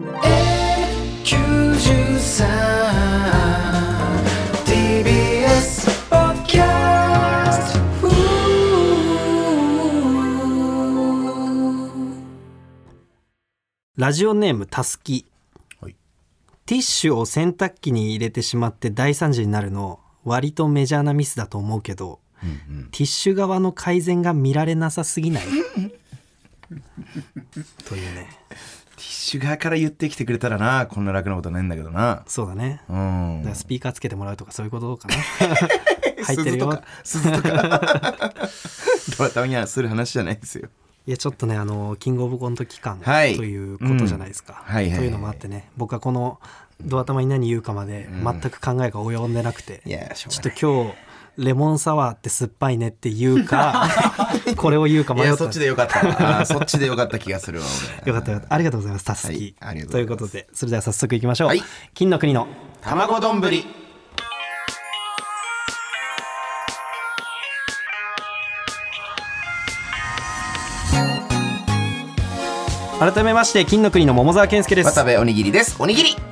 TBS ポッドキャスト。ラジオネームたすき、はい、ティッシュを洗濯機に入れてしまって大惨事になるの割とメジャーなミスだと思うけど、ティッシュ側の改善が見られなさすぎないというね。 ティッシュ側から言ってきてくれたらな、こんな楽なことないんだけどな。 そうだね、だからスピーカーつけてもらうとかそういうことかな入ってるよ鈴とかドアタにはする話じゃないですよ。 いやちょっとねキングオブコント期間ということじゃないですか、というのもあってね、僕はこのドア玉に何言うかまで全く考えが及んでなくて、ちょっと今日レモンサワーって酸っぱいねって言うかこれを言うか迷った。いやそっちでよかったそっちでよかった気がするわ俺。よかったありがとうございますたすき、 はい、 ということでそれでは早速いきましょう、はい、金の国の卵丼ぶり。 改めまして金の国の桃沢健介です。 渡部おにぎりです。おにぎり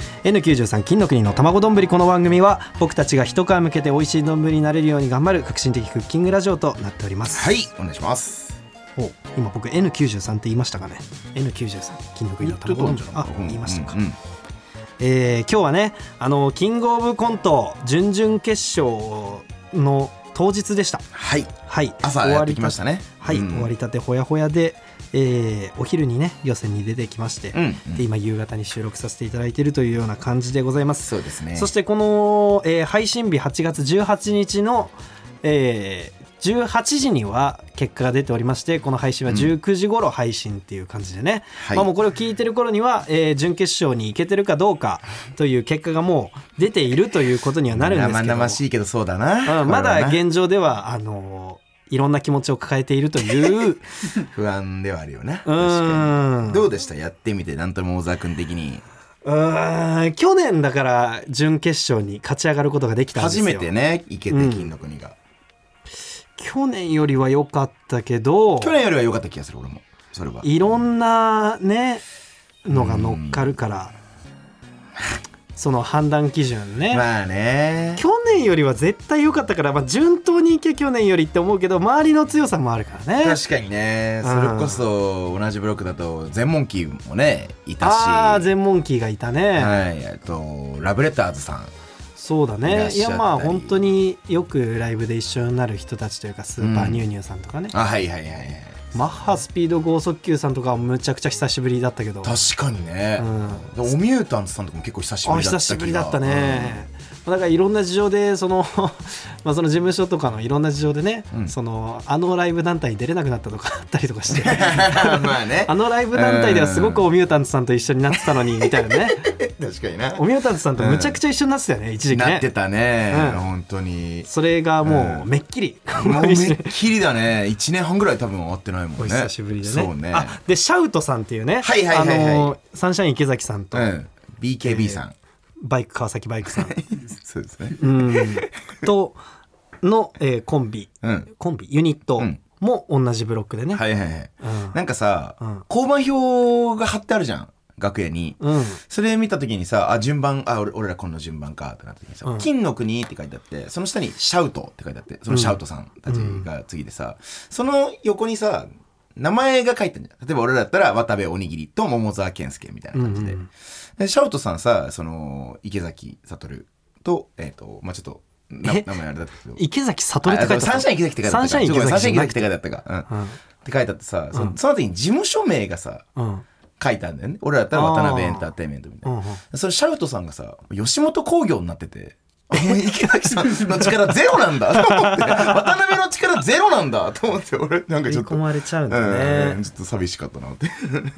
N93 金の国の卵丼ぶり。この番組は僕たちが一皮向けて美味しい丼になれるように頑張る革新的クッキングラジオとなっております。 はいお願いします。 今僕 N93 って言いましたかね。 N93 金の国の卵丼ぶり、言いましたか、今日はねキングオブコント準々決勝の当日でした。 はい、朝やってきましたね。 終わりたてほやほやでお昼にね予選に出てきまして、で今夕方に収録させていただいているというような感じでございます。 そうですね。 そしてこの、配信日8月18日の、18時には結果が出ておりまして、この配信は19時頃配信っていう感じでね、もうこれを聞いてる頃には、準決勝に行けてるかどうかという結果がもう出ているということにはなるんですけど、 生々しいけどそうだな、 まだ現状ではいろんな気持ちを抱えているという不安ではあるよね。確かに。どうでしたやってみて。なんとも大沢君的に。 去年だから準決勝に勝ち上がることができたんですよ。 初めてね行けて金の国が、 去年よりは良かったけど、 去年よりは良かった気がする俺も。それはいろんなねのが乗っかるからその判断基準ね。 まあね。 去年よりは絶対良かったから、順当にいけ去年よりって思うけど、周りの強さもあるからね。 確かにね。それこそ同じブロックだと全モンキーもねいたし。 全モンキーがいたね。 ラブレターズさん。 そうだね。いや本当によくライブで一緒になる人たちというか、スーパーニューニューさんとかね。マッハスピード剛速球さんとかはむちゃくちゃ久しぶりだったけど。 確かにね、おミュータントさんとかも結構久しぶりだった久しぶりだったね、だからいろんな事情でその事務所とかのいろんな事情でね、ライブ団体に出れなくなったとかあったりとかしてまあね、 ライブ団体ではすごくおミュータントさんと一緒になってたのにみたいなね確かにな。 おミュータントさんとむちゃくちゃ一緒になってたよね、一時期ね。 なってたね、本当に。 それがもうめっきり、 もうめっきりだね。1年半ぐらい多分会ってないもんね。 お久しぶりでね。 そうね。 でシャウトさんっていうね、サンシャイン池崎さんと、 BKB さん、 バイク川崎バイクさんそうですね、 との、コンビユニットも同じブロックでね。 なんかさ、交番表が貼ってあるじゃん楽屋に、それ見た時にさ、順番俺らこの順番かってなった時にさ、金の国って書いてあって、その下にシャウトって書いてあって、そのシャウトさんたちが次でさ、その横にさ名前が書いてあるじゃん。例えば俺らだったら渡部おにぎりと桃沢健介みたいな感じで、シャウトさんさ、その池崎悟とちょっと名前あれだったけど、 池崎悟って書いてあった。 サンシャイン池崎って書いてあったか。サンシャイン池崎って書いてあったか、って書いてあってさ、その時に事務所名がさ、書いてあるんだよね。俺らだったら渡辺エンターテインメントみたいな。それシャウトさんがさ吉本興業になってて、池崎さんの力ゼロなんだと思って渡辺の力ゼロなんだと思って、俺なんかちょっと込まれちゃうんだね、 ちょっと寂しかったなって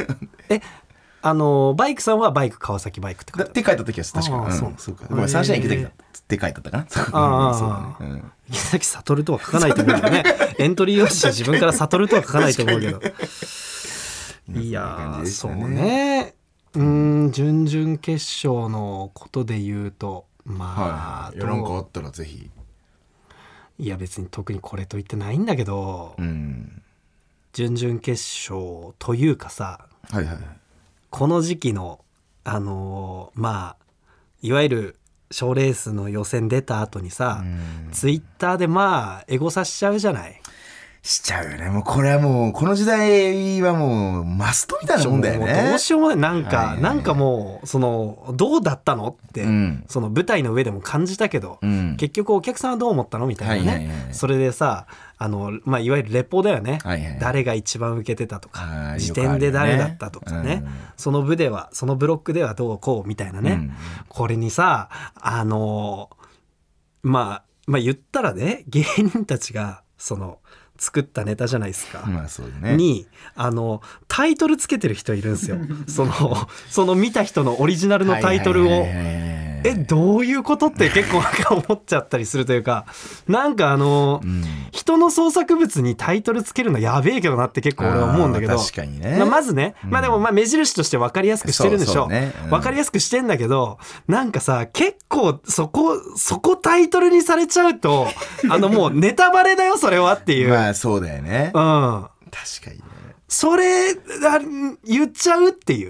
バイクさんはバイク川崎バイクって書いてあった。 って書いた時は確かそうか。ごめん、サンシャイン池崎だって書いてあったかな。 池崎悟とは書かないと思うけどねエントリー用紙自分から悟とは書かないと思うけどいやそうね。準々決勝のことで言うと、 なんかあったらぜひ。 いや別に特にこれと言ってないんだけど、準々決勝というかさ、この時期のまあいわゆる賞レースの予選出た後にさ、ツイッターでまあエゴサしちゃうじゃない。 しちゃうよね。もうこれはもうこの時代はもうマストみたいなもんだよね。 どうしようもない。なんかもうそのどうだったのって、その舞台の上でも感じたけど、結局お客さんはどう思ったのみたいなね、それでさまあ、いわゆるレポだよね、誰が一番受けてたとか、時点で誰だったとかね、その部ではそのブロックではどうこうみたいなね、これにさまあ言ったらね、芸人たちがその作ったネタじゃないですか、 まあそうね、 にタイトルつけてる人いるんですよその見た人のオリジナルのタイトルをどういうことって結構思っちゃったりするというか、なんか人の創作物にタイトルつけるのやべえけどなって結構俺は思うんだけど、 確かにね、 まずね、まあでもまあ目印として分かりやすくしてるんでしょ、分かりやすくしてんだけど、なんかさ結構そこタイトルにされちゃうともうネタバレだよそれはっていう。 まあそうだよね、確かにね、 それ言っちゃうっていう、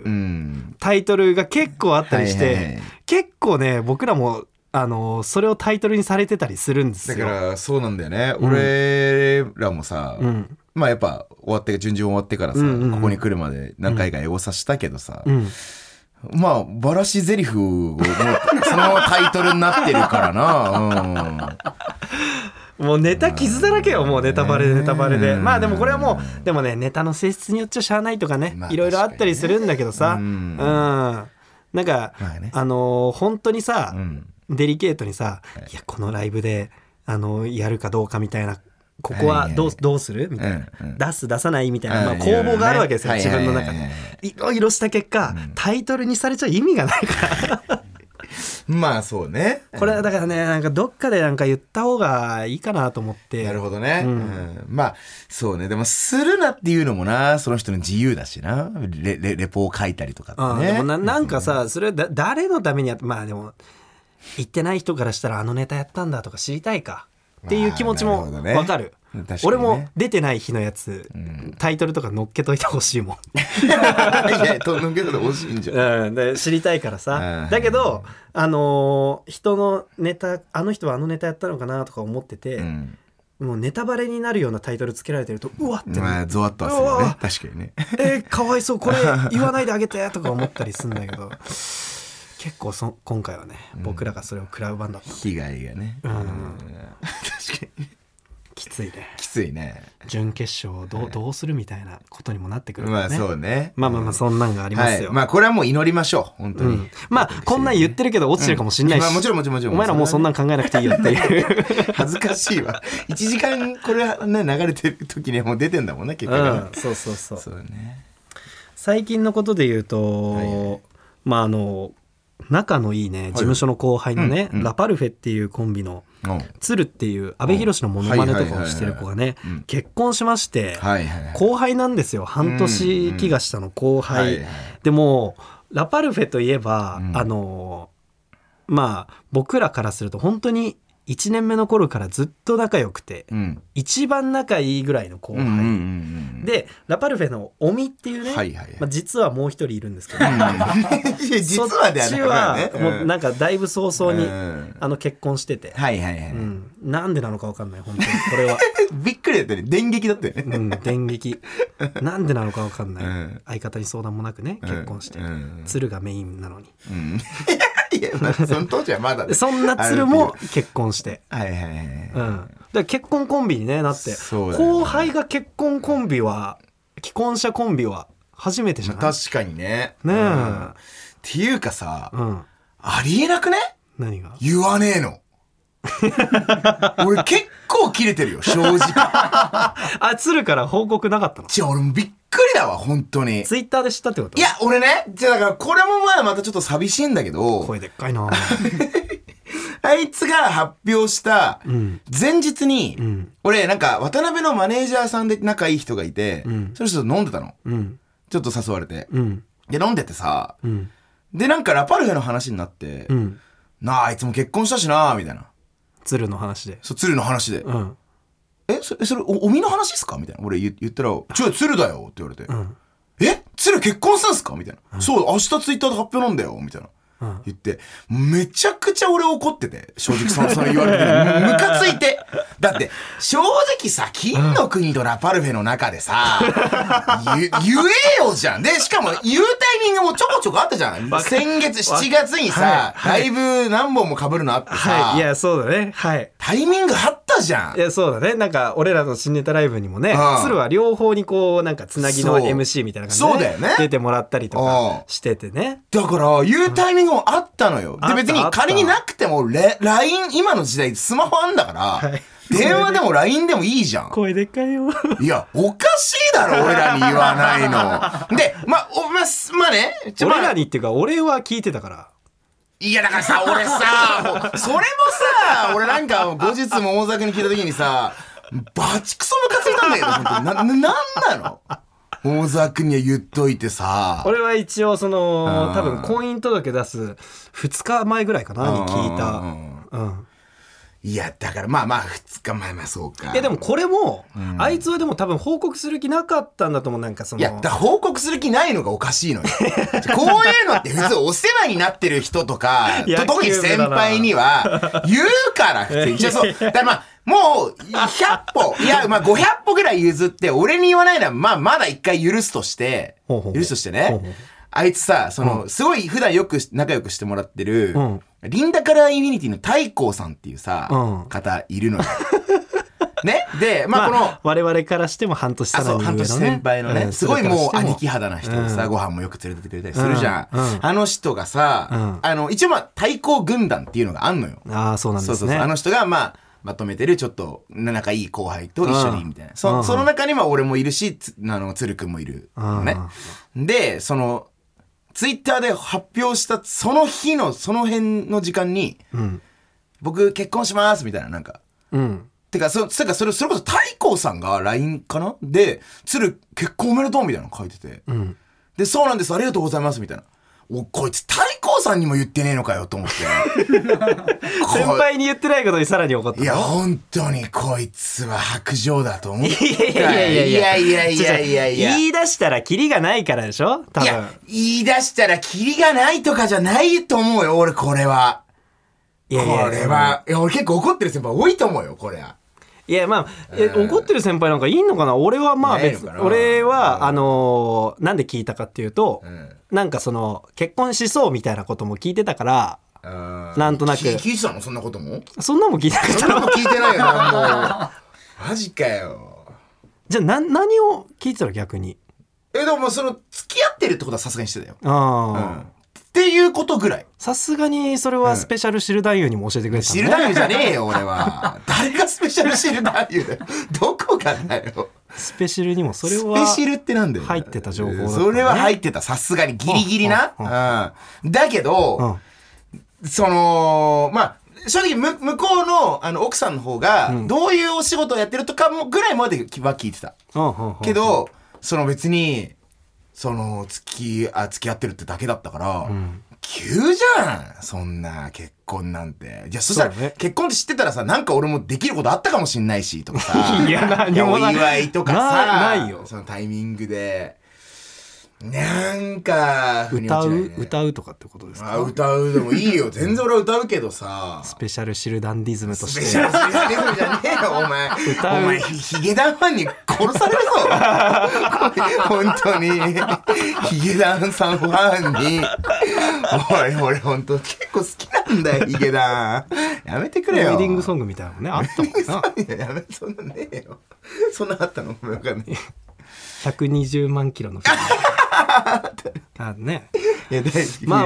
タイトルが結構あったりして、結構ね僕らもそれをタイトルにされてたりするんですよ。 だからそうなんだよね、俺らもさ、まあやっぱ順々終わってからさ、ここに来るまで何回かエゴサしたけどさ、まあバラシゼリフをもうそのタイトルになってるからな、 もうネタ傷だらけよ、もうネタバレで。まあでもこれはもうでもね、ネタの性質によっちゃしゃあないとかね、いろいろあったりするんだけどさ、なんか本当にさ、デリケートにさ、いやこのライブでやるかどうかみたいな、ここはどうするみたいな、出さないみたいな、まあ攻防があるわけですよ、自分の中で。いろいろした結果、タイトルにされちゃ意味がないからまあそうね、 これはだからね、なんかどっかでなんか言った方がいいかなと思って。 なるほどね、まあそうね、でもするなっていうのもな、その人の自由だしな、レポを書いたりとかってね。 でもなんかさ、それは誰のためにやって、まあでも言ってない人からしたらネタやったんだとか知りたいかっていう気持ちも分かる。俺も出てない日のやつ、タイトルとか載っけといてほしいもんいや載っけといてほしいんじゃん、 で知りたいからさ。だけど人のネタ、あの人はネタやったのかなとか思ってて、もうネタバレになるようなタイトルつけられてるとうわって、 まあゾワッとはするよね、確かにね。 かわいそう、これ言わないであげてとか思ったりするんだけど結構今回はね、僕らがそれを食らう番だった。 被害がね、確かにきついね。 きついね。 準決勝どうするみたいなことにもなってくるからね。 まあそうね。 まあそんなんがありますよ。 まあこれはもう祈りましょう、本当に。 まあこんなん言ってるけど落ちてるかもしれないし。 もちろん。 お前らもうそんなん考えなくていいよっていう。 恥ずかしいわ。1時間これね流れてる時にもう出てんだもんね、結果。 そうね。最近のことで言うと、まあ仲のいいね、事務所の後輩のね、ラパルフェっていうコンビの鶴っていう阿部寛のモノマネとかをしてる子がね、結婚しまして、後輩なんですよ。半年気がしたの後輩でも、ラパルフェといえばまあ僕らからすると本当に1年目の頃からずっと仲良くて、一番仲いいぐらいの後輩で、ラパルフェのオミっていうね、まあ、実はもう一人いるんですけど、 実はではね、もうなんかだいぶ早々に結婚してて、なんでなのか分かんない、本当にこれはびっくりだったね、電撃だったよね、 電撃なんでなのか分かんない、相方に相談もなくね結婚して、鶴がメインなのに、 いや、その当時はまだね、 そんな鶴も結婚して、だから結婚コンビに、ね、なって、後輩が結婚コンビは、既婚者コンビは初めてじゃない？ 確かにね。っていうかさ、ありえなくね？ 何が？ 言わねえの。俺結構キレてるよ、正直。 鶴から報告なかったの？ 俺もびっくりだわ、本当に。 ツイッターで知ったってこと？ いや、俺ね、だからこれもまたちょっと寂しいんだけど、 声でっかいな。 あいつが発表した前日に、俺なんか渡辺のマネージャーさんで仲いい人がいて、その人と飲んでたの、ちょっと誘われて、で飲んでてさ、でなんかラパルフェの話になって、なあ、あいつも結婚したしなみたいな、 鶴の話で、 鶴の話で、それおみの話っすかみたいな俺言ったら、鶴だよって言われて、 鶴結婚すんすかみたいな。そう、明日ツイッターで発表なんだよみたいな。言って、めちゃくちゃ俺怒ってて、正直その言われてて、ムカついて。だって、正直さ、金の国とラパルフェの中でさ、言えよじゃん。で、しかも言うタイミングもちょこちょこあったじゃん。先月7月にさ、ライブ何本も被るのあってさ、 いや、そうだね。はい。 タイミングあったじゃん。 いや、そうだね。なんか、俺らの新ネタライブにもね、鶴は両方にこう、なんか、つなぎの MC みたいな感じで、 そうだよね。 出てもらったりとかしててね。 だから、言うタイミングもあったのよ。で、別に仮になくても、LINE、今の時代スマホあんだから、電話でも LINE でもいいじゃん。 声でっかいよ。 いや、おかしいだろ、俺らに言わないの。で、まあね。 俺らにっていうか、俺は聞いてたから。 いやだからさ、俺さ、それもさ、俺なんか後日桃沢君に聞いた時にさ、バチクソムカついたんだけど、本当に。なんなの桃沢君には言っといてさ。 俺は一応多分婚姻届出す2日前ぐらいかなに聞いた。 いや、だからまあ2日前、そうか。 いやでもこれも、あいつはでも多分報告する気なかったんだと思う。なんかいや、報告する気ないのがおかしいのよ。こういうのって普通お世話になってる人とか、特に先輩には言うから普通に。だからもう100歩、いや500歩ぐらい譲って、俺に言わないのはまだ一回許すとしてね。あいつさ、すごい普段よく仲良くしてもらってる、リンダカラーインフィニティの太閤さんっていうさ、方いるのよ。ね。で、この、 我々からしても半年さらに上のね。 半年先輩のね、すごいもう兄貴肌な人でさ、ご飯もよく連れてってくれたりするじゃん。あの人がさ、一応太閤軍団っていうのがあんのよ。 ああ、そうなんですね。 そう。あの人がまとめてるちょっと仲いい後輩と一緒にみたいな。その中には俺もいるし、鶴くんもいるのね。で、ツイッターで発表したその日のその辺の時間に、僕結婚しますみたいななんか。てかそれこそ太閤さんが LINE かなで、鶴結婚おめでとうみたいなの書いてて。で、そうなんです、ありがとうございますみたいな。こいつ太閤さんにも言ってねえのかよと思って。 先輩に言ってないことにさらに怒った。 いや、本当にこいつは薄情だと思って。 いや言い出したらキリがないからでしょ多分。 いや、言い出したらキリがないとかじゃないと思うよ、俺これは。いや、俺結構怒ってる先輩多いと思うよ、これは。 いや怒ってる先輩なんかいいのかな。俺は俺はなんで聞いたかっていうと、なんか結婚しそうみたいなことも聞いてたから、なんとなく聞いてたの。そんなこともそんなも聞いてなかった。 そんなも聞いてないよな。もうマジかよ。 じゃあ何を聞いてたの逆に。 でも付き合ってるってことはさすがにしてたよ。っていうことぐらい。 さすがにそれはスペシャルシル男優にも教えてくれたシル男優じゃねえよ俺は。誰がスペシャルシル男優だよ。どこがだよ。 スペシルにもそれはスペシルってなんだよ。 入ってた情報だった、ね。 それは入ってた。さすがにギリギリな。だけど、正直向こうの奥さんの方がどういうお仕事をやってるとかもぐらいまでは聞いてた。けど別に付き合ってるってだけだったから、急じゃんそんな結婚なんて。じゃあそしたら結婚って知ってたらさ、なんか俺もできることあったかもしんないしとかさ。 いや何もない。 お祝いとかさ、 ないよ。 そのタイミングでなんか歌うとかってことですか。 歌うでもいいよ。全然俺は歌うけどさ。 スペシャルシルダンディズムとして。 スペシャルシルダンディズムじゃねえよお前。お前ヒゲダンファンに殺されるぞ。本当にヒゲダンさんファンに。俺本当結構好きなんだよヒゲダン。やめてくれよ。 ウェディングソングみたいなのねあったもんな。 やめそんなねえよ。そんなあったの分かんない。 120万キロのね。 いや大好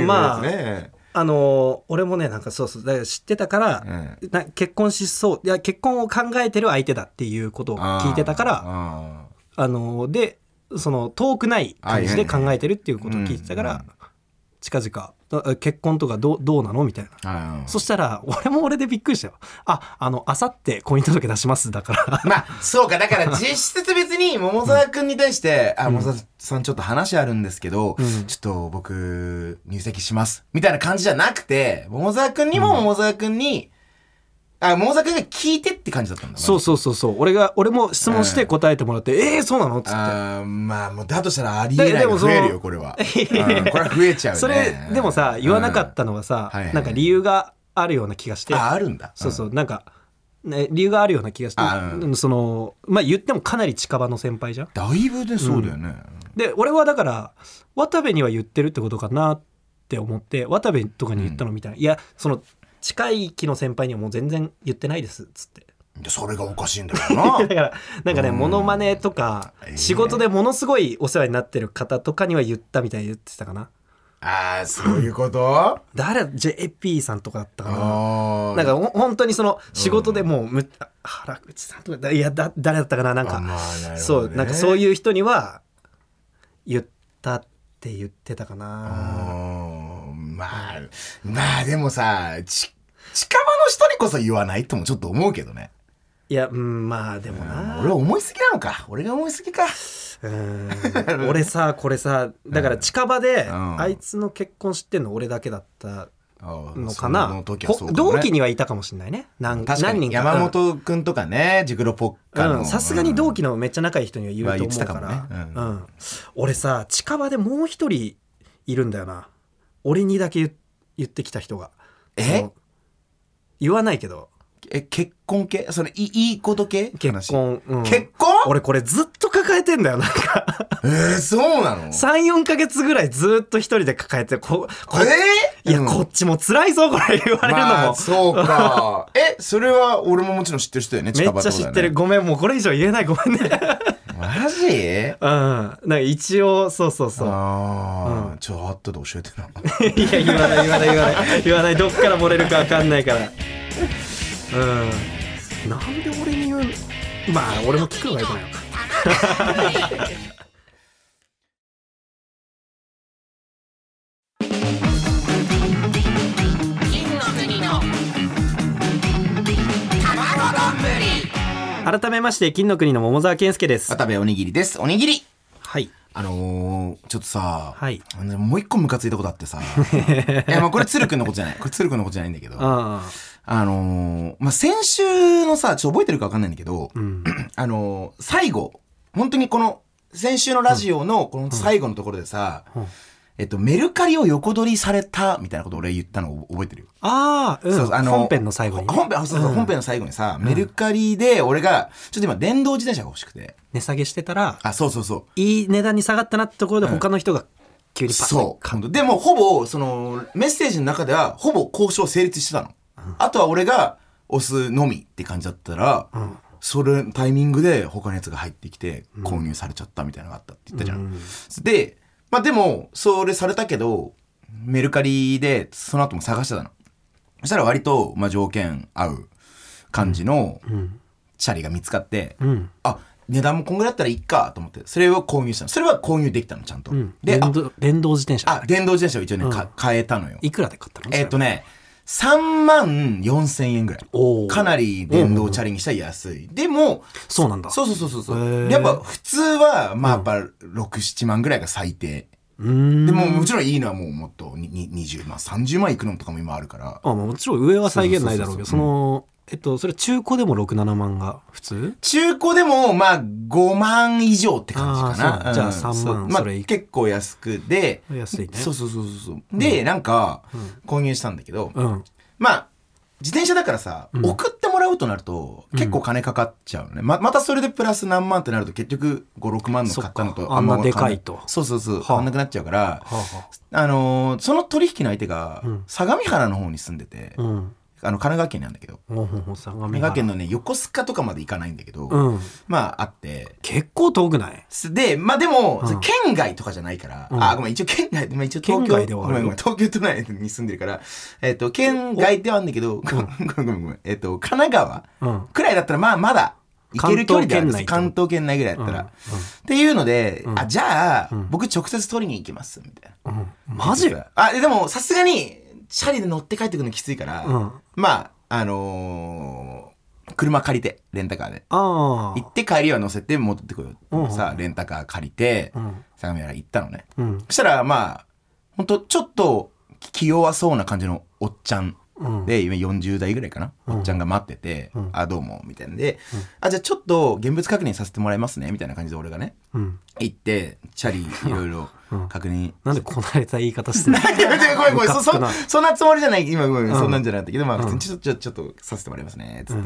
き。 俺もねなんかそうだから知ってたから、結婚しそういや結婚を考えてる相手だっていうことを聞いてたからで遠くない感じで考えてるっていうことを聞いてたから、近々結婚とかどうなのみたいな。そしたら俺も俺でびっくりしたよ。明後日婚姻届出しますだからそうか。だから実質別に桃沢くんに対して桃沢さんちょっと話あるんですけど、ちょっと僕入籍しますみたいな感じじゃなくて、桃沢くんにも桃沢くんに桃坂が聞いてって感じだったんだ。 そう俺も質問して答えてもらってそうなのっつってまあもうだとしたらありえないが増えるよこれは。これは増えちゃうね。 それでもさ言わなかったのはさ、なんか理由があるような気がして。 あるんだ。 そうなんかね、理由があるような気がして、まあ言ってもかなり近場の先輩じゃん。 だいぶでそうだよね。 で俺はだから渡部には言ってるってことかなって思って渡部とかに言ったのみたいな、いやその近い期の先輩にはもう全然言ってないですっつって。 それがおかしいんだよな。 だからなんかねモノマネとか仕事でものすごいお世話になってる方とかには言ったみたいに言ってたかな。 そういうこと誰 JP さんとかだったかな。なんか本当にその仕事でもう原口さんとかいや誰だったかな。なんかそうなんかそういう人には言ったって言ってたかな。 まあでもさ近場の人にこそ言わないともちょっと思うけどね。 いやまあでもな俺は思いすぎなのか。俺が思いすぎか。 俺さこれさだから近場であいつの結婚知ってんの俺だけだったのかな。同期にはいたかもしれないね。何人か山本くんとかねジグロポッカのさすがに同期のめっちゃ仲いい人には言うと思うから、俺さ近場でもう一人いるんだよな。俺にだけ言ってきた人が。言わないけど結婚系それいいこと系結婚、 結婚俺これずっと抱えてんだよなんかそうなの。 3,4 ヶ月ぐらいずっと一人で抱えていや、こっちも辛いぞこれ言われるのも、 そうかそれは俺ももちろん知ってる人だよね。 めっちゃ知ってる。ごめんもうこれ以上言えない。ごめんね。 マジ？ なんか一応そうちょっと後で教えてな。 いや言わないどっから漏れるか分かんないから。なんで俺に言うの。まあ俺も聞くのがよくないのか。改めまして金の国の桃沢健介です。 渡部おにぎりです。おにぎり。 はい。 ちょっとさ、 はい、 もう一個ムカついたことあってさいやこれ鶴くんのことじゃない。これ鶴くんのことじゃないんだけど、先週のさちょっと覚えてるか分かんないんだけど、最後本当にこの先週のラジオのこの最後のところでさ、メルカリを横取りされたみたいなことを俺言ったのを覚えてるよ。 本編の最後に、ね、 本編の最後にさ、メルカリで俺がちょっと今電動自転車が欲しくて値下げしてたら、 そういい値段に下がったなってところで他の人が急にパッと、でもほぼそのメッセージの中ではほぼ交渉成立してたの、あとは俺が押すのみって感じだったら、それタイミングで他のやつが入ってきて購入されちゃったみたいなのがあったって言ったじゃん、ででもそれされたけどメルカリでその後も探してたの。そしたら割と条件合う感じのチャリが見つかって、値段もこんぐらいだったらいいかと思ってそれを購入したの。それは購入できたのちゃんと、で電動自転車、 電動自転車を一応ね、買えたのよ。 いくらで買ったの ？3万4000円ぐらい。かなり電動チャリにしたら安い。でもそうなんだ。 そうやっぱ普通はやっぱ6、7万ぐらいが最低。でももちろんいいのはもっと20万30万いくのとかも今あるから。 もちろん上は再現ないだろうけど、それ中古でも6、7万が普通？ 中古でも5万以上って感じかな。 じゃあ3万、それ結構安くで安いね。 そうでなんか購入したんだけど、自転車だからさ、送ってもらうとなると結構金かかっちゃうのね。またそれでプラス何万ってなると結局5、6万の買ったのとあんまでかいと変わんなくなっちゃうから、その取引の相手が相模原の方に住んでて、神奈川県なんだけど、神奈川県のね横須賀とかまで行かないんだけど、あって結構遠くない？ ででも、県外とかじゃないから、ごめん一応県外、一応東京ではある。東京都内に住んでるから県外ではあるんだけど、ごめん神奈川くらいだったらまだ行ける距離である。関東圏内ぐらいだったら、っていうので、じゃあ僕直接取りに行きますみたいな。 マジ？ でもさすがにチャリで乗って帰ってくるのきついから、車借りてレンタカーで行って帰りは乗せて戻ってこよう、レンタカー借りて相模原行ったのね、そしたらほんとちょっと気弱そうな感じのおっちゃんで今40代ぐらいかな、おっちゃんが待ってて、あどうもみたいなんで、じゃあちょっと現物確認させてもらいますねみたいな感じで俺がね、行ってチャリいろいろ確認なんでこなれた言い方してるごめんそんなつもりじゃない今そんなんじゃなかったけど、まあ普通にちょっとさせてもらいますねつって、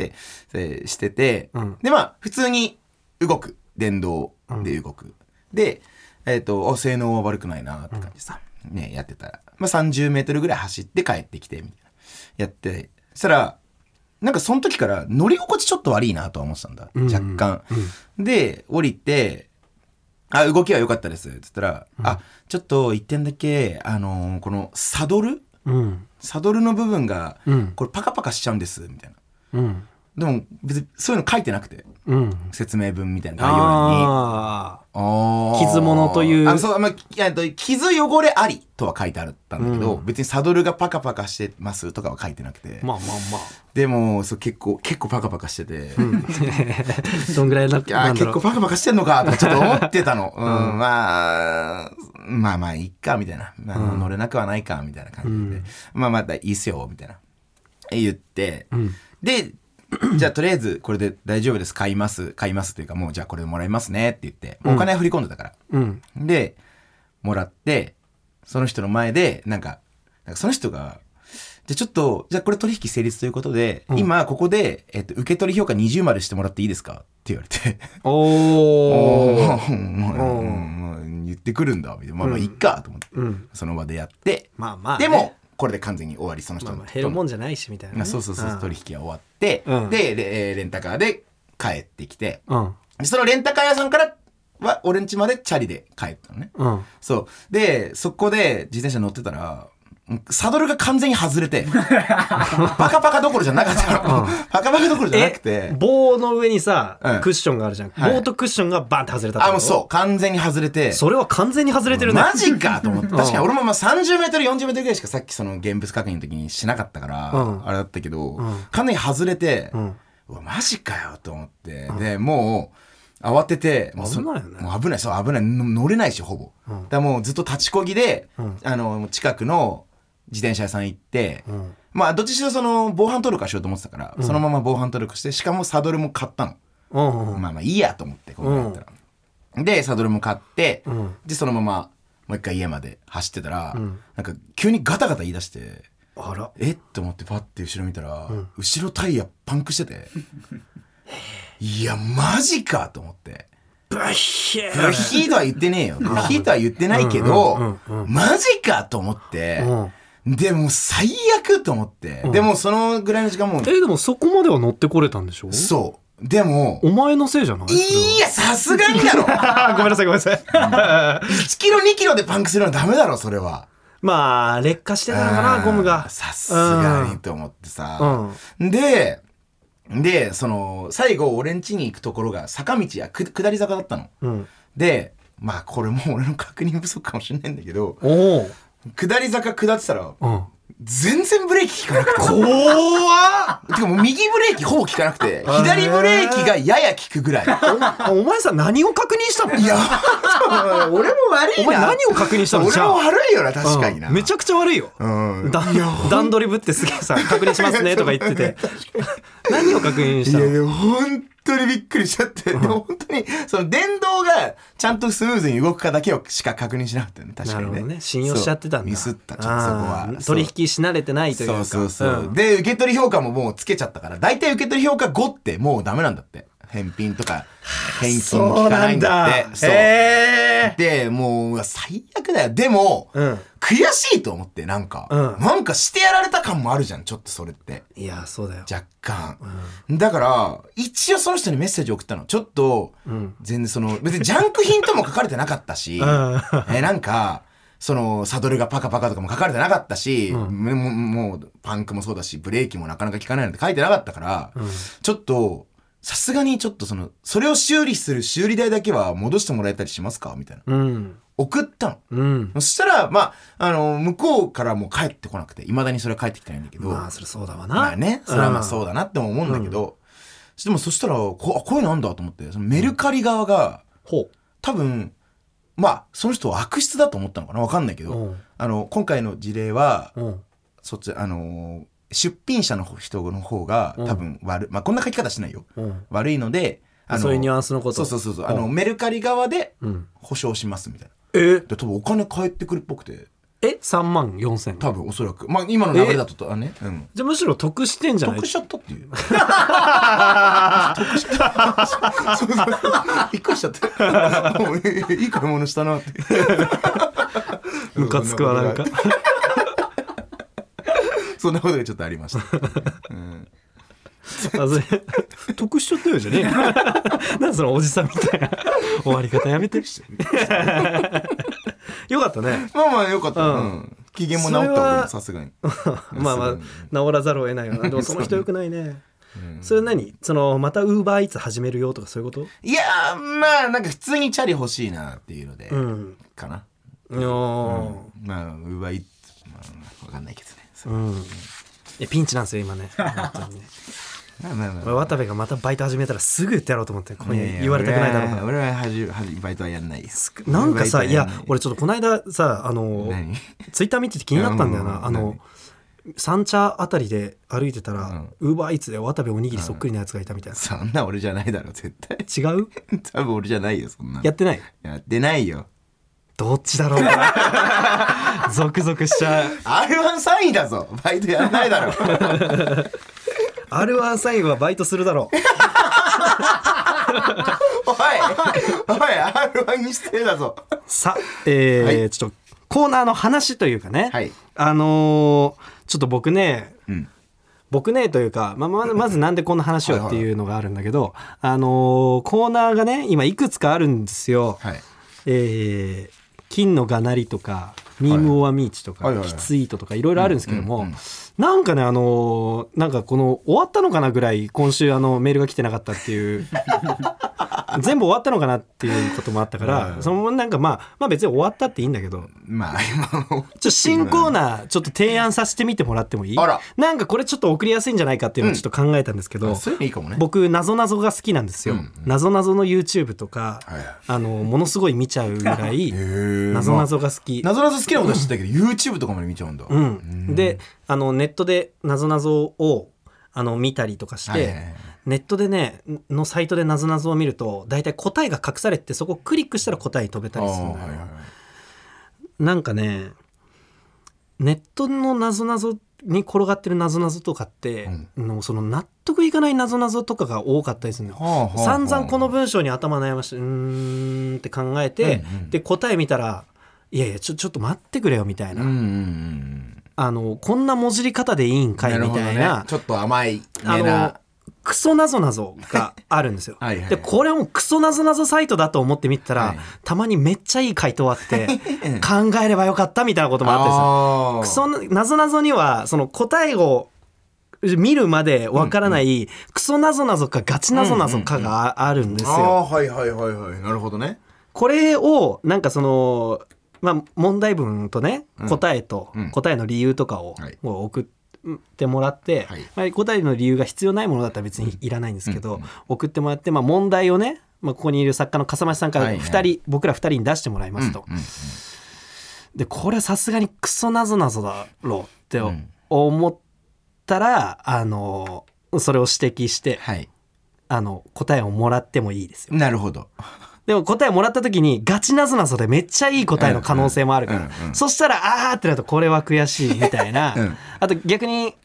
してて、でまあ普通に動く、電動で動く、で性能は悪くないなって感じでさ、ねやってたら、まあ、30メートルぐらい走って帰ってきてみたいなやって、そしたらなんかその時から乗り心地ちょっと悪いなとは思ってたんだ、若干、で降りて動きは良かったですって言ったら、ちょっと一点だけこのサドルの部分がこれパカパカしちゃうんですみたいな、でも別にそういうの書いてなくて、説明文みたいな概要欄に傷物という傷汚れありとは書いてあったんだけど、別にサドルがパカパカしてますとかは書いてなくて、でも結構パカパカしてて、 どんぐらいな結構パカパカしてんのかってちょっと思ってたの、まあいっかみたいな、乗れなくはないかみたいな感じで、まだいいっすよみたいな言って、でじゃあとりあえずこれで大丈夫です、買いますっていうか、もうじゃあこれでもらいますねって言って、お金は振り込んでたから、でもらって、その人の前でなんかその人がじゃあこれ取引成立ということで、今ここで、受け取り評価20までしてもらっていいですかって言われて言ってくるんだみたいな、まあいっかと思って、その場でやって、でもこれで完全に終わり、その人の減るもんじゃないしみたいな、 そう取引が終わって、でレンタカーで帰ってきて、そのレンタカー屋さんからは俺ん家までチャリで帰ったのね、そうでそこで自転車乗ってたらサドルが完全に外れてパカパカどころじゃなかったの、パカパカどころじゃなくて、 棒の上にさ、クッションがあるじゃん、棒とクッションがバンって外れたってこと？ もうそう完全に外れて、 それは完全に外れてるね、 マジかと思って、確かに俺も30メートル40メートルぐらいしかさっきその現物確認の時にしなかったから、あれだったけど、完全に外れて、うわマジかよと思って、でもう慌てて、 危ないよね、 もう危ない乗れないしほぼ、だからもうずっと立ちこぎで、近くの自転車屋さん行って、まあどっちにしろその防犯登録はしようと思ってたから、そのまま防犯登録して、しかもサドルも買ったの、まあいいやと思って、こうやったら、でサドルも買って、でそのままもう一回家まで走ってたら、なんか急にガタガタ言い出して、って思ってパッて後ろ見たら、後ろタイヤパンクしてていやマジかと思って、ブヒーとは言ってねえよ、ブヒーとは言ってないけど、マジかと思って、でも最悪と思って、でもそのぐらいの時間もでもそこまでは乗ってこれたんでしょ？ そうでもお前のせいじゃない？ いやさすがにだろごめんなさい 1キロ2キロでパンクするのはダメだろそれは。 まあ劣化してたのかな、ゴムが。 さすがにと思ってさ、でその最後俺ん家に行くところが坂道や下り坂だったの、でまあこれもう俺の確認不足かもしれないんだけど、下り坂下ってたら、全然ブレーキ効かなくて、怖っ。てかもう右ブレーキほぼ効かなくて、左ブレーキがやや効くぐらい。 お前さ何を確認したの？ いや俺も悪いな。 お前何を確認したの？ 俺も悪いよな、確かにな、 めちゃくちゃ悪いよ、段取りぶってすげえさ確認しますねとか言ってて何を確認したの？ いや本当にびっくりしちゃって、でも本当にその電動がちゃんとスムーズに動くかだけをしか確認しなかったよね、確かにね。 なるほどね、信用しちゃってたんだ。 ミスったちょっとそこは取引し慣れてないというか、 そうで受け取り評価ももうつけちゃったから、大体受け取り評価5ってもうダメなんだって、返品とか返金も効かないんだって。そうでもう最悪だよ。でも、悔しいと思って、なんかしてやられた感もあるじゃん、ちょっとそれって。 いやそうだよ、 若干、だから一応その人にメッセージ送ったの。ちょっと、全然その別にジャンク品とも書かれてなかったし、なんかそのサドルがパカパカとかも書かれてなかったし、もうパンクもそうだし、ブレーキもなかなか効かないなんて書いてなかったから、ちょっとさすがにちょっとそれを修理する修理代だけは戻してもらえたりしますかみたいな、送ったの、そしたらまあ向こうからも帰ってこなくて、いまだにそれは帰ってきてないんだけど、 まあそれそうだわな、 まあね、それはまあそうだなっても思うんだけど、でもそしたらこういうのなんだと思って、そのメルカリ側が、多分まあその人は悪質だと思ったのかな、分かんないけど、今回の事例は、そっち出品者の人の方が多分悪い、まあこんな書き方してないよ、悪いのでそういうニュアンスのこと。 そうメルカリ側で保証しますみたいな、で多分お金返ってくるっぽくて、 3万4千多分おそらく、まあ今の流れだとね、 じゃあむしろ得してんじゃない？ 得しちゃったっていう得したそうびっくりしちゃってもういい買い物したなってムカつくわなんかそんなことがちょっとありました、 それ得しちゃったよじゃねえなんそのおじさんみたいな終わり方やめてよかったね。 まあまあよかった、機嫌も治った俺もさすがにまあまあ治らざるを得ないよな。でもその人よくないねそれ何またウーバーイーツ始めるよとかそういうこと？ いやまあなんか普通にチャリ欲しいなっていうので、かな。まあウーバーイーツ分かんないけどね、 ピンチなんですよ今ね渡部がまたバイト始めたらすぐ言ってやろうと思って。これ言われたくないだろうから。 俺はバイトはやんないです。 なんかさ、いや俺ちょっとこの間さツイッター見てて気になったんだよな。三茶あたりで歩いてたらウーバーイーツで渡部おにぎりそっくりなやつがいたみたいな。 そんな俺じゃないだろ絶対。 違う？ 多分俺じゃないよそんな。 やってない？ やってないよ。 どっちだろうかゾクゾクしちゃう。 R1 3位だぞ。バイトやんないだろ R1 サインはバイトするだろうおい R1 に失礼だぞ。 さちょっとコーナーの話というかね、ちょっと僕ねというか、まずなんでこんな話をっていうのがあるんだけど、コーナーがね今いくつかあるんですよ、金のがなりとかミームオアミーチとかキツイートとかいろいろあるんですけども、なんかねなんかこの終わったのかなぐらい今週メールが来てなかったっていう全部終わったのかなっていうこともあったからそのなんかまあ別に終わったっていいんだけど、新コーナーちょっと提案させてみてもらってもいい？なんかこれちょっと送りやすいんじゃないかっていうのをちょっと考えたんですけど、僕なぞなぞが好きなんですよ。なぞなぞの YouTube とかものすごい見ちゃうぐらいなぞなぞが好き。 なぞなぞ好きなことは知ったけど YouTube とかまで見ちゃうんだ。 でネットでなぞなぞを見たりとかして、ネットでねのサイトでなぞなぞを見ると大体答えが隠されてそこをクリックしたら答えに飛べたりするんだよ。なんかねネットのなぞなぞに転がってるなぞなぞとかって、その納得いかないなぞなぞとかが多かったりするのよ。散々この文章に頭悩ましてって考えて、で答え見たらいやいやちょっと待ってくれよみたいな、こんなもじり方でいいんかいみたいな、 ちょっと甘いなクソなぞなぞがあるんですよでこれはもうクソなぞなぞサイトだと思って見てたら、たまにめっちゃいい回答あって考えればよかったみたいなこともあったりする。クソなぞなぞにはその答えを見るまでわからないクソなぞなぞかガチなぞなぞかがあるんですよ。 なるほどね。 これをなんか問題文とね答えと答えの理由とかを送ってもらって、答えの理由が必要ないものだったら別にいらないんですけど、送ってもらって、問題をね、ここにいる作家の笠間さんから僕ら2人に出してもらいますと、でこれさすがにクソなぞなぞだろうって思ったらそれを指摘して、答えをもらってもいいですよ。 なるほど。 でも答えもらった時にガチなぞなぞでめっちゃいい答えの可能性もあるから、そしたらってなるとこれは悔しいみたいな、あと逆に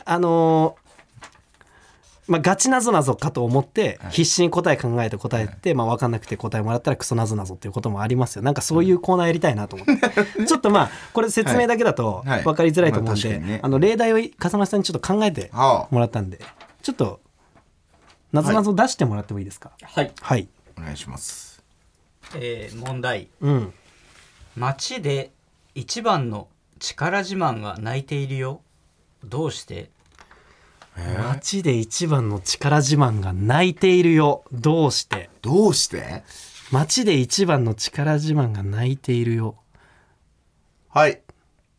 ガチなぞなぞかと思って必死に答え考えて答えて、分かんなくて答えもらったらクソなぞなぞっていうこともありますよ。なんかそういうコーナーやりたいなと思ってちょっとこれ説明だけだと分かりづらいと思うんで、例題を笠間さんにちょっと考えてもらったんで、ちょっとなぞなぞ出してもらってもいいですか？はい、 お願いします。 問題、街で一番の力自慢が泣いているよ、どうして？ 街で一番の力自慢が泣いているよ、どうして？ どうして？ 街で一番の力自慢が泣いているよ。 はい。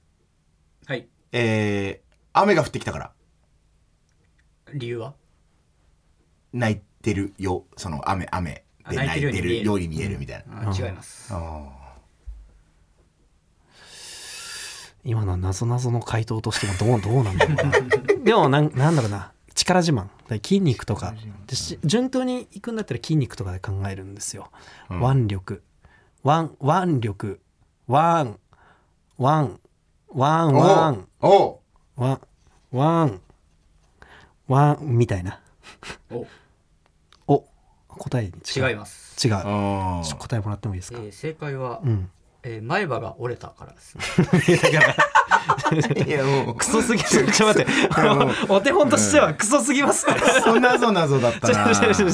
雨が降ってきたから。 理由は？ 泣いてるよ、その雨で泣いてるように見えるみたいな。 違います。 今のは謎々の回答としてもどうなんだろうなでもなんだろうな、力自慢筋肉とかで順当にいくんだったら筋肉とかで考えるんですよ、腕力腕力ワンみたいなお答えに違います。 違う。答えもらってもいいですか。 正解は、前歯が折れたからです。 いやもうクソすぎる。ちょっと待って、お手本としてはクソすぎます。 謎だったな。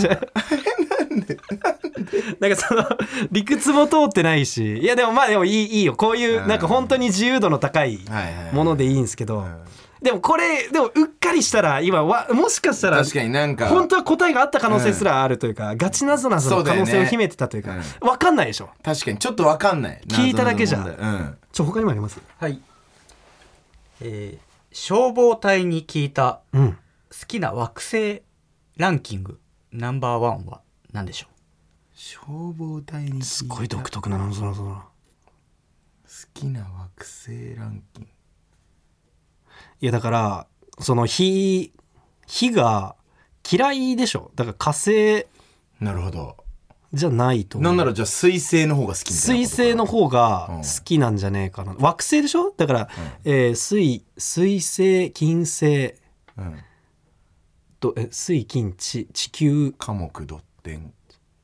なんかその理屈も通ってないし、いやでもでもいいよ、こういうなんか本当に自由度の高いものでいいんですけど、でもこれでもうっかりしたら今もしかしたら確かになんか本当は答えがあった可能性すらあるというか、ガチなぞなぞの可能性を秘めてたというか、分かんないでしょ。 確かにちょっと分かんない、 聞いただけじゃ。他にもあります。 はい。消防隊に聞いた好きな惑星ランキングナンバー1は何でしょう。 消防隊に聞いたすごい独特な謎だな。好きな惑星ランキング。 いやだからその火が嫌いでしょ。だから火星なるほどじゃないと思う。 なんならじゃあ水星の方が好きみたいな。 水星の方が好きなんじゃねえかな、惑星でしょ。だから、水星金星、水金地球科目ドッテン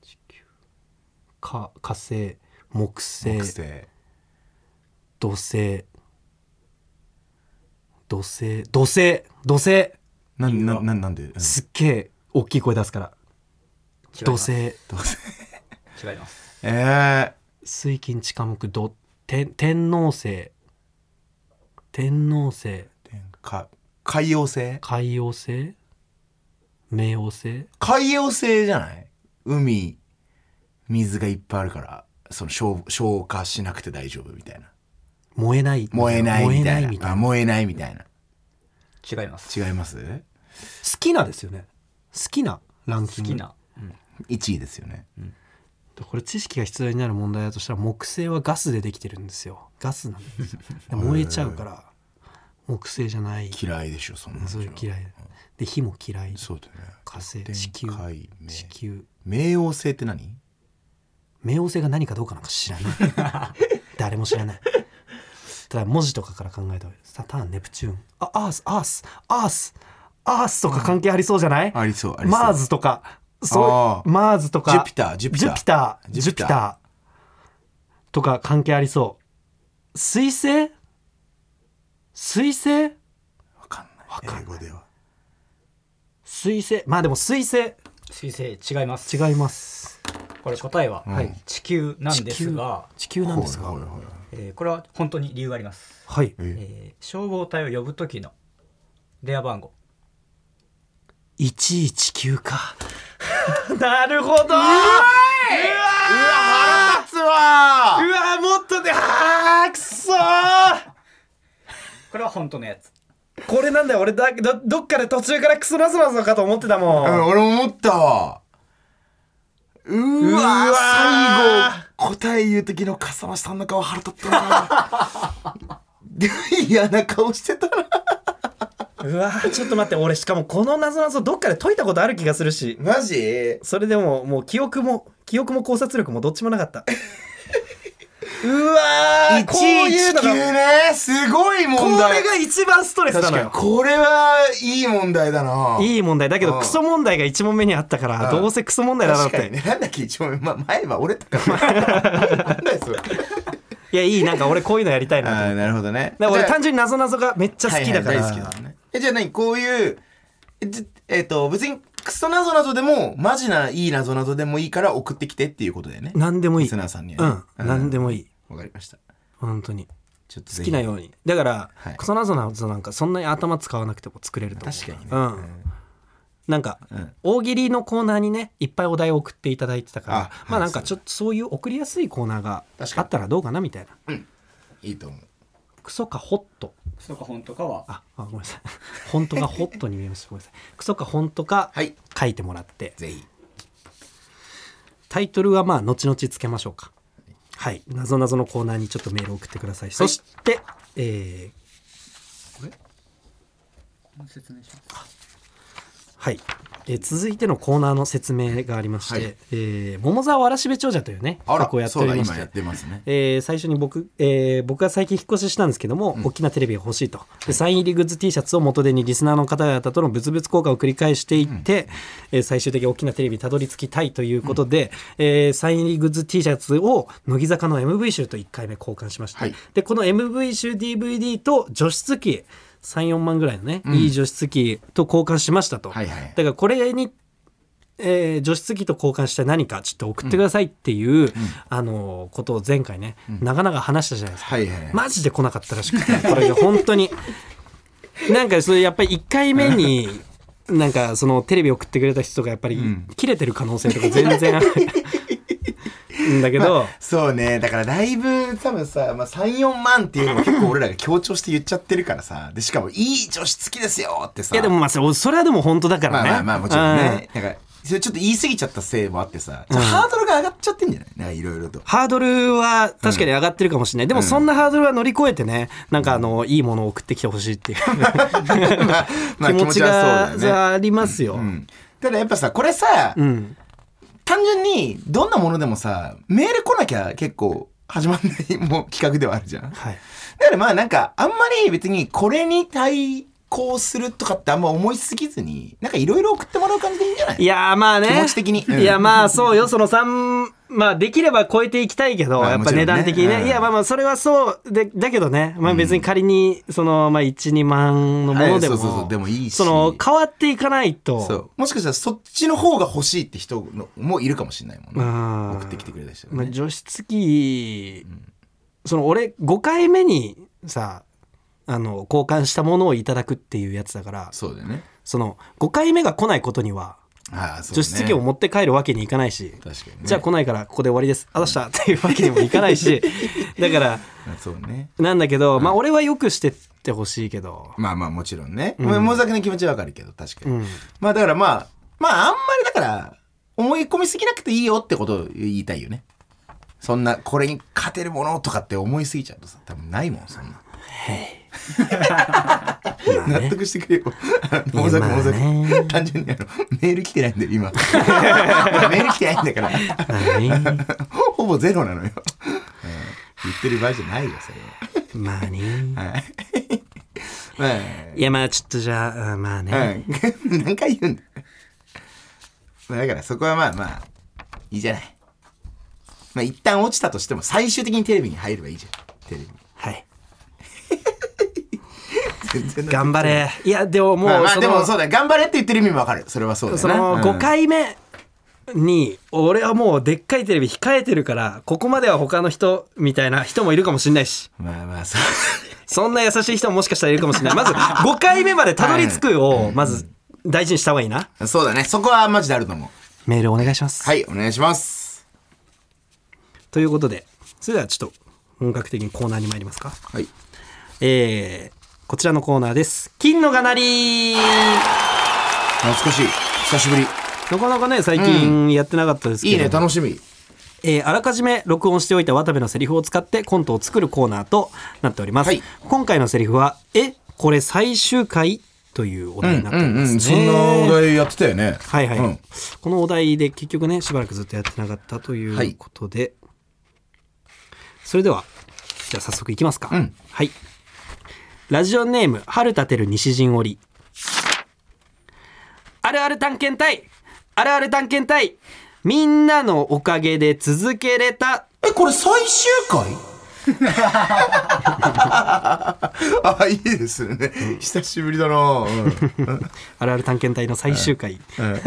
火星木星土星なんで、 すっげえ大きい声出すから。土星違います。 水金地火木土天王星海洋星冥王星海洋星じゃない。水がいっぱいあるからその消化しなくて大丈夫みたいな。 燃えないみたいな。 燃えないみたいな。 違います。 違います。 好きなですよね。好きなランキング。 好きな、 1位ですよね。 これ知識が必要になる問題だとしたら、木星はガスでできてるんですよ。ガスなんですよ。燃えちゃうから木星じゃない。 嫌いでしょそんなの。 そういう嫌いで、火も嫌い。 そうだよね。 火星、地球。 冥王星って何？ 冥王星が何かどうかなんか知らない誰も知らない。ただ文字とかから考えたらサターン、ネプチューン、アースとか関係ありそうじゃない？ ありそう。 マーズとか、マーズとかジュピターとか関係ありそう。水星わかんない。英語では水星。でも水星違います。 違います。 これ答えは地球なんですが、これは本当に理由があります。 はい。 消防隊を呼ぶ時の電話番号 119かなるほど。うわ腹立つわ。 もっとで、くそー。 これは本当のやつ。 これなんだよ。俺どっかで途中からクソなぞなぞかと思ってたもん。 俺も思ったわ。最後答え言う時の笠間さんの顔腹立ったな嫌な顔してたなちょっと待って、俺しかもこの謎どっかで解いたことある気がするし。 マジ？ それでもう記憶も考察力もどっちもなかったこういうのがね、すごい問題。 これが一番ストレスなのよ。 これはいい問題だな。 いい問題だけど、クソ問題が1問目にあったから、どうせクソ問題だろうって。 確かにね。なんだっけ1問目、前は折れたからなんだよそれ。 いや、いい、なんか俺こういうのやりたいな。 なるほどね。 だから俺単純に謎がめっちゃ好きだから。 大好きだね。じゃあこういう別にクソなぞなぞでもマジないいなぞなぞでもいいから送ってきてっていうことだよね。 何でもいい。 リスナーさんにはね。 何でもいい。 わかりました。 本当にちょっと好きなように。だから、クソなぞなぞなんかそんなに頭使わなくても作れると思う。 確かにね。 なんか、大喜利のコーナーにねいっぱいお題を送っていただいてたから、なんかちょっとそういう送りやすいコーナーがあったらどうかなみたいな。 いいと思う。 クソかホット。 クソか本当かはごめんなさい本当がホットに見えました。ごめんなさい。クソか本当か書いてもらって、 ぜひタイトルは後々つけましょうか。はい、謎のコーナーにちょっとメールを送ってください。そしてこれ説明します。 はい、続いてのコーナーの説明がありまして、はい、桃沢わらしべ長者というね企画をやっておりまして、 今やってますね。 最初に僕が最近引っ越ししたんですけども、大きなテレビが欲しいと、でサイン入りグッズ T シャツを元手にリスナーの方々との物々交換を繰り返していって、最終的に大きなテレビにたどり着きたいということで、サイン入りグッズ T シャツを乃木坂の MV 集と1回目交換しました、はい、でこの MV 集 DVD と除湿機3、4万ぐらいのね、いい除湿機と交換しましたと、はいはい、だからこれに、除湿機と交換した何かちょっと送ってくださいっていう、ことを前回ね、長々話したじゃないですか、はいはいはい、マジで来なかったらしくて、これ本当になんかそれやっぱり1回目になんかそのテレビ送ってくれた人がやっぱり切れてる可能性とか全然あるだけど、 そうね、だからだいぶ多分さ、3、4万っていうのも結構俺らが強調して言っちゃってるからさ、でしかもいい除湿機ですよってさ、 いやでもそれはでも本当だからね、 まあもちろんね、だからそれちょっと言い過ぎちゃったせいもあってさ、ハードルが上がっちゃってんじゃない？なんかいろいろとハードルは確かに上がってるかもしれない、でもそんなハードルは乗り越えてね、なんかいいものを送ってきてほしいっていう気持ちがありますよ、 ただやっぱさこれさ、単純にどんなものでもさメール来なきゃ結構始まんないもう企画ではあるじゃん、はい、だからまあなんかあんまり別にこれに対抗するとかってあんま思いすぎずになんかいろいろ送ってもらう感じでいいんじゃない？ いやまあね、 気持ち的に、 いやまあそうよ、その3まあできれば超えていきたいけど、やっぱ値段的にね、いやまあそれはそうでだけどね、まあ別に仮にその1、2万のものでも、 そうでもいいし、 その変わっていかないと、 そうもしかしたらそっちの方が欲しいって人もいるかもしれないもんね、送ってきてくれた人ね。 除湿機、その俺5回目にさ交換したものをいただくっていうやつだから、 そうだよね、 その5回目が来ないことには除湿機を持って帰るわけにいかないし、 確かにね、 じゃあ来ないからここで終わりですあざしたっていうわけにもいかないしだからそうね、 なんだけど、まあ俺はよくしてってほしいけど、 まあもちろんね、もざくの気持ちはわかるけど確かに、まあだからまああんまりだから思い込みすぎなくていいよってことを言いたいよね。そんなこれに勝てるものとかって思いすぎちゃうとさ多分ないもんそんな。納得してくれよ。大崎単純にメール来てないんだよ今メール来てないんだからほぼゼロなのよ、言ってる場合じゃないよそれは。まあね、 いやまあちょっとじゃあまあね、 何回言うんだだからそこはまあいいじゃない。一旦落ちたとしても最終的にテレビに入ればいいじゃん。テレビに、はい頑張れ。いやでももうでもそうだよ、頑張れって言ってる意味もわかる。それはそうだよね。 その5回目に俺はもうでっかいテレビ控えてるから、ここまでは他の人みたいな人もいるかもしれないし、そんな優しい人ももしかしたらいるかもしれない。まず5回目までたどり着くをまず大事にした方がいいな。 そうだね、そこはマジであると思う。 メールお願いします。 はい、お願いします。 ということでそれではちょっと本格的にコーナーに参りますか。 はい、 こちらのコーナーです。金のがなり。 懐かしい、久しぶり。 なかなかね最近やってなかったですけど、 いいね、楽しみ。 あらかじめ録音しておいた渡部のセリフを使ってコントを作るコーナーとなっております、はい、今回のセリフはこれ最終回というお題になっておりますね、 そんなお題やってたよね。 はいはい、このお題で結局ねしばらくずっとやってなかったということで、はい、それではじゃあ早速いきますか。はい、ラジオネーム春立てる西陣織。あるある探検隊、あるある探検隊、みんなのおかげで続けれた。 これ最終回あ、いいですね、久しぶりだな、 あるある探検隊の最終回、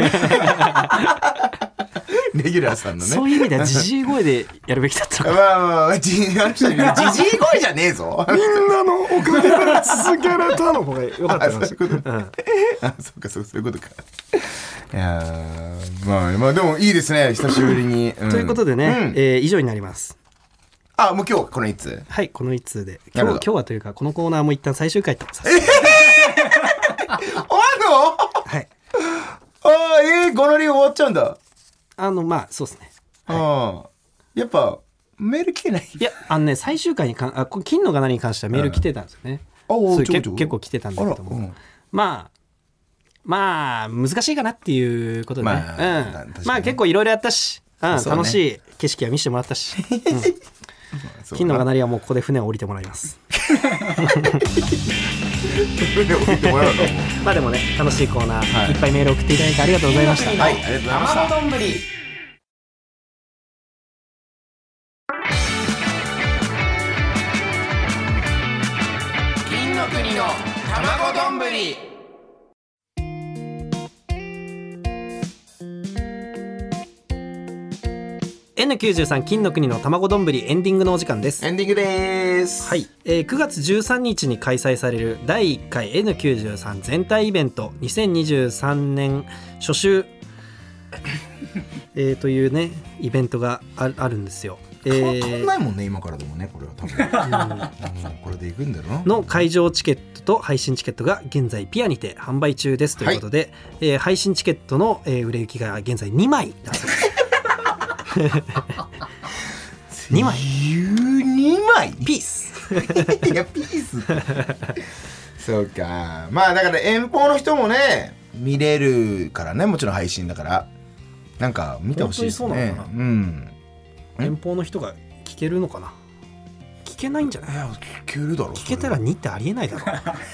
レギュラーさんのね。 そういう意味ではジジイ声でやるべきだったのか。 ジジイ声じゃねえぞ。 みんなのおかげで続けられたの方がよかったかもしれない。 そういうことか。いやまあでもいいですね、久しぶりに。 ということでね、以上になります。 もう今日この1通。 はい、この1通で今日はというかこのコーナーも一旦最終回とさせて。 終わるの？はい。5の理終わっちゃうんだ。 まあそうですね、 はい、やっぱメール来てない。 いや最終回に金のが何に関してはメール来てたんですよね。結構来てたんだけども、まあ難しいかなっていうことでね。まあ結構いろいろやったし、楽しい景色は見せてもらったし、金のがなりはもうここで船を降りてもらいます。まあでもね、楽しいコーナー、いっぱいメール送っていただいてありがとうございました。 はい、ありがとうございました。 卵丼ぶり。金の国の卵丼ぶり。 N93 金の国の卵丼ぶりエンディングのお時間です。 エンディングです。 はい、9月13日に開催される第1回 N93 全体イベント2023年初秋というねイベントがあるんですよ。 変わんないもんね今からでもねこれは多分、これでいくんだろの会場チケットと配信チケットが現在ピアにて販売中ですということで、配信チケットの、売れ行きが現在2枚だそうです。2枚 2枚ピースいやピースそうか。まあだから遠方の人もね見れるからね、もちろん配信だからなんか見てほしいですね。 遠方の人が聞けるのかな。聞けないんじゃない。 いや聞けるだろ。 聞けたら2ってありえないだろ。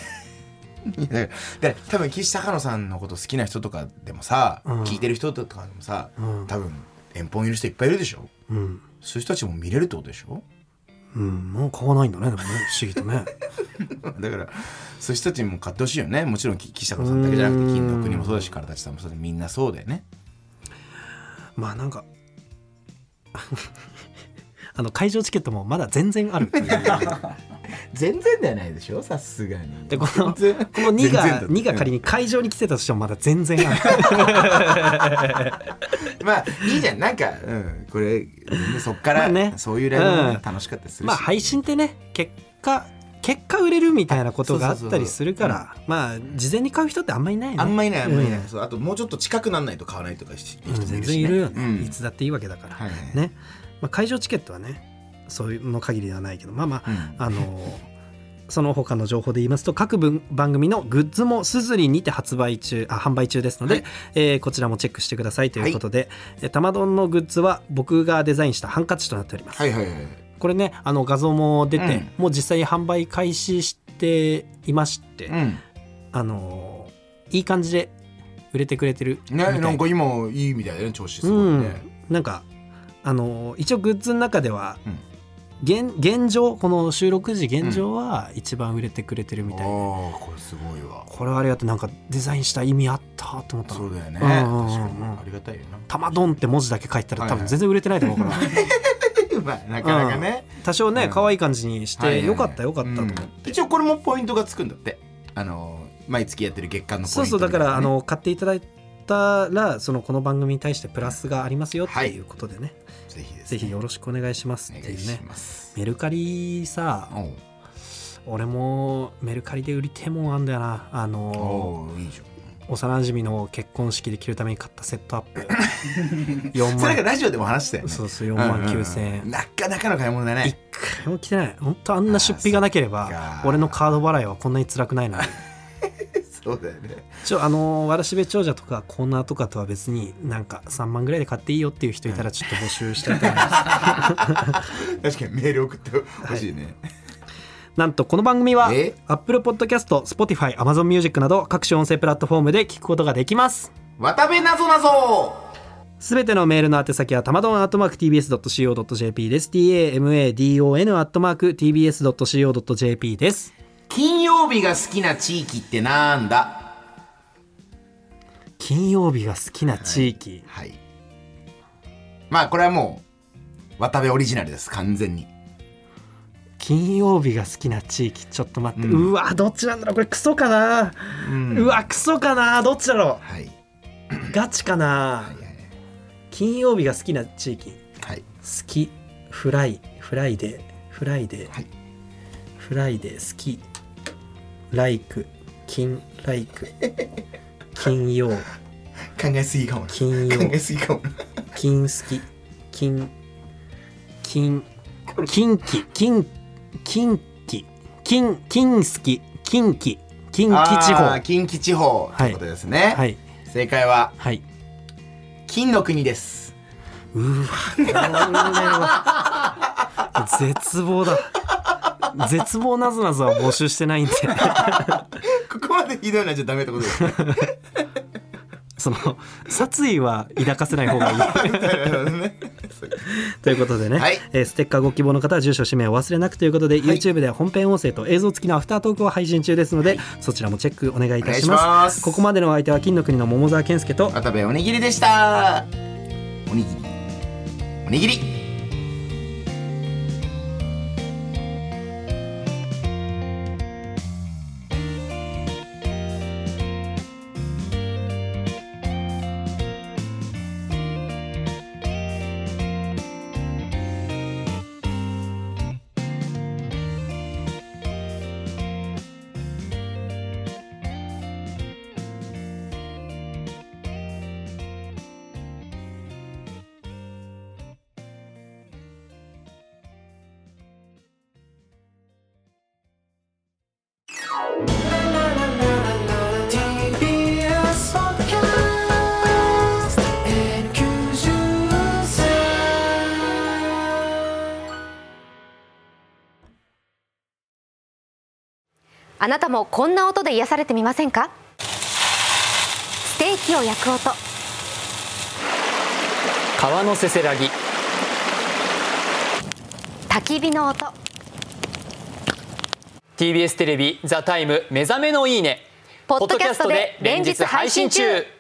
で多分岸高野さんのこと好きな人とかでもさ、聞いてる人とかでもさ、多分遠方にいる人いっぱいいるでしょ。そういう人たちも見れるってことでしょ。 もう買わないんだね。でもね不思議とねだからそういう人たちにも買ってほしいよね。もちろん岸高野さんだけじゃなくて金の国もそうだし、からたちさんもそうで、みんなそうだよね。 まあなんか会場チケットもまだ全然ある全然ではないでしょさすがに。 でこの2が仮に会場に来てたとしてもまだ全然あるまあいいじゃん。なんか、これそっからねそういうライブも楽しかったりするし、 まあ配信ってね結果売れるみたいなことがあったりするから、まあ事前に買う人ってあんまりいないよね。 あんまりいない。そう、あともうちょっと近くなんないと買わないとか人もいるしね。 全然いるよね、いつだっていいわけだからね。まあ、会場チケットはねそういうの限りではないけど、その他の情報で言いますと、各番組のグッズもすずりにて販売中ですので、こちらもチェックしてくださいということで、玉丼のグッズは僕がデザインしたハンカチとなっております。これね画像も出て、もう実際に販売開始していまして、いい感じで売れてくれてるみたいね。なんか今いいみたいだね、調子すごいね。 なんか一応グッズの中では、現状この収録時現状は一番売れてくれてるみたいで、 これすごいわ。 これはありがとう。なんかデザインした意味あったと思ったの。 そうだよね。確かにありがたいよな。 玉丼って文字だけ書いたら多分全然売れてないと思うからまあなかなかね、 多少ね可愛い感じにしてよかったと思って。 一応これもポイントがつくんだって。毎月やってる月間のポイント。 そうだから買っていただいたらこの番組に対してプラスがありますよっていうことでね、ぜひよろしくお願いしますっていうね。メルカリさ、俺もメルカリで売りてえもんあんだよな。 いいじゃん。 幼馴染の結婚式で着るために買ったセットアップ4万それがラジオでも話したよね。 そう4万9,000円、 なかなかの買い物だね。 一回も着てない。本当あんな出費がなければ俺のカード払いはこんなに辛くないのにそうだよね。 わらしべ長者とかコーナーとかとは別になんか3万ぐらいで買っていいよっていう人いたらちょっと募集したいと思います確かにメール送ってほしいね。 なんとこの番組は Apple Podcast、Spotify、Amazon Music など各種音声プラットフォームで聞くことができます。 渡部なぞなぞ。 すべてのメールの宛先はたまどん@tbs.co.jp です。tamadon@tbs.co.jp です。 金曜日が好きな地域ってなんだ。 金曜日が好きな地域、 まあこれはもう渡部オリジナルです。完全に金曜日が好きな地域。ちょっと待って、うわどっちなんだろう。これクソかな、うわクソかな、どっちだろう、ガチかな、金曜日が好きな地域、好きフライデー、好きライク金ライク金曜考えすぎかも。 金曜考えすぎかも。 金好き金金畿近畿地方ということですね、 はい、 正解は、 はい、 金の国です。 うわ絶望だ。絶望なぞなぞは募集してないんでここまでひどいなじゃダメってことですねその殺意は抱かせない方がいいということでね、はい、ステッカーご希望の方は住所氏名を忘れなくということで、はい、YouTube では本編音声と映像付きのアフタートークを配信中ですので、はい、そちらもチェックお願いいたします。ここまでのお相手は金の国の桃沢健介と渡部おにぎりでした。おにぎりあなたもこんな音で癒されてみませんか？ステーキを焼く音、 川のせせらぎ、 焚き火の音。 TBS テレビ「THＥTIME 目覚めのいいね」ポッドキャストで連日配信中。